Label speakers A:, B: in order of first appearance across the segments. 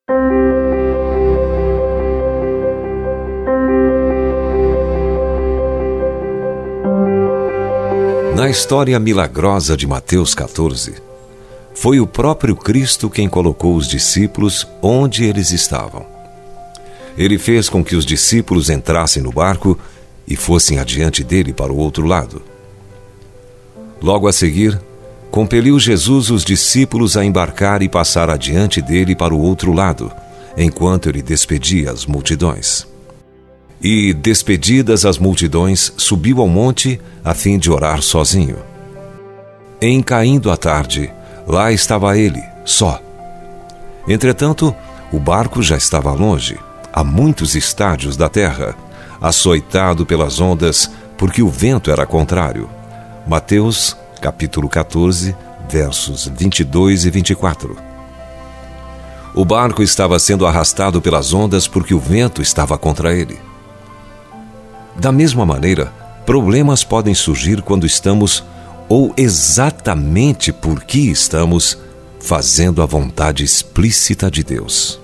A: Na história milagrosa de Mateus 14, foi o próprio Cristo quem colocou os discípulos onde eles estavam. Ele fez com que os discípulos entrassem no barco e fossem adiante dele para o outro lado. Logo a seguir, compeliu Jesus os discípulos a embarcar e passar adiante dele para o outro lado, enquanto ele despedia as multidões. E, despedidas as multidões, subiu ao monte a fim de orar sozinho. Em caindo a tarde, lá estava ele, só. Entretanto, o barco já estava longe, a muitos estádios da terra, açoitado pelas ondas, porque o vento era contrário. Mateus, capítulo 14, versos 22 e 24. O barco estava sendo arrastado pelas ondas porque o vento estava contra ele. Da mesma maneira, problemas podem surgir quando estamos, ou exatamente porque estamos, fazendo a vontade explícita de Deus.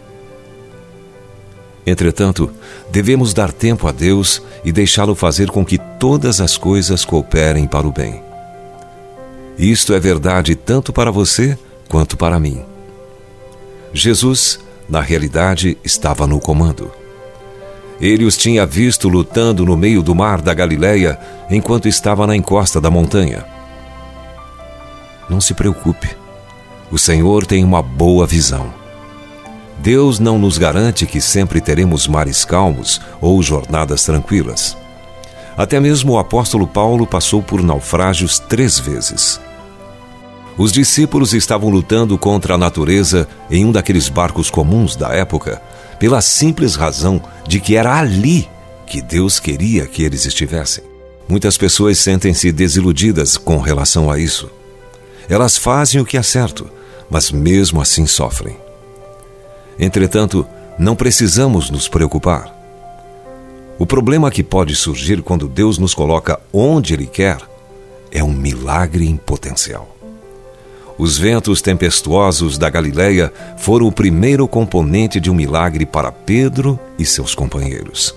A: Entretanto, devemos dar tempo a Deus e deixá-lo fazer com que todas as coisas cooperem para o bem. Isto é verdade tanto para você quanto para mim. Jesus, na realidade, estava no comando. Ele os tinha visto lutando no meio do mar da Galileia enquanto estava na encosta da montanha. Não se preocupe, o Senhor tem uma boa visão. Deus não nos garante que sempre teremos mares calmos ou jornadas tranquilas. Até mesmo o apóstolo Paulo passou por naufrágios 3 vezes. Os discípulos estavam lutando contra a natureza em um daqueles barcos comuns da época, pela simples razão de que era ali que Deus queria que eles estivessem. Muitas pessoas sentem-se desiludidas com relação a isso. Elas fazem o que é certo, mas mesmo assim sofrem. Entretanto, não precisamos nos preocupar. O problema que pode surgir quando Deus nos coloca onde Ele quer é um milagre em potencial. Os ventos tempestuosos da Galileia foram o primeiro componente de um milagre para Pedro e seus companheiros.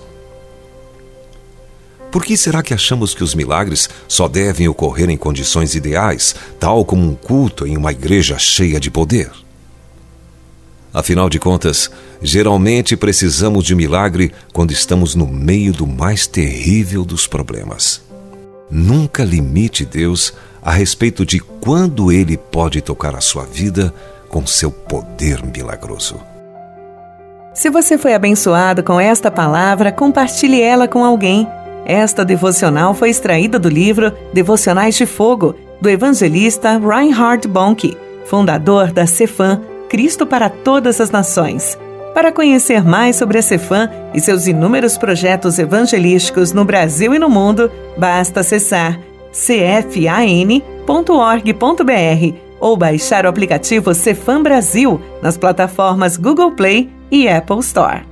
A: Por que será que achamos que os milagres só devem ocorrer em condições ideais, tal como um culto em uma igreja cheia de poder? Afinal de contas, geralmente precisamos de milagre quando estamos no meio do mais terrível dos problemas. Nunca limite Deus a respeito de quando Ele pode tocar a sua vida com seu poder milagroso.
B: Se você foi abençoado com esta palavra, compartilhe ela com alguém. Esta devocional foi extraída do livro Devocionais de Fogo, do evangelista Reinhard Bonnke, fundador da CFAM, Cristo para Todas as Nações. Para conhecer mais sobre a CFAM e seus inúmeros projetos evangelísticos no Brasil e no mundo, basta acessar cfan.org.br ou baixar o aplicativo CFAM Brasil nas plataformas Google Play e Apple Store.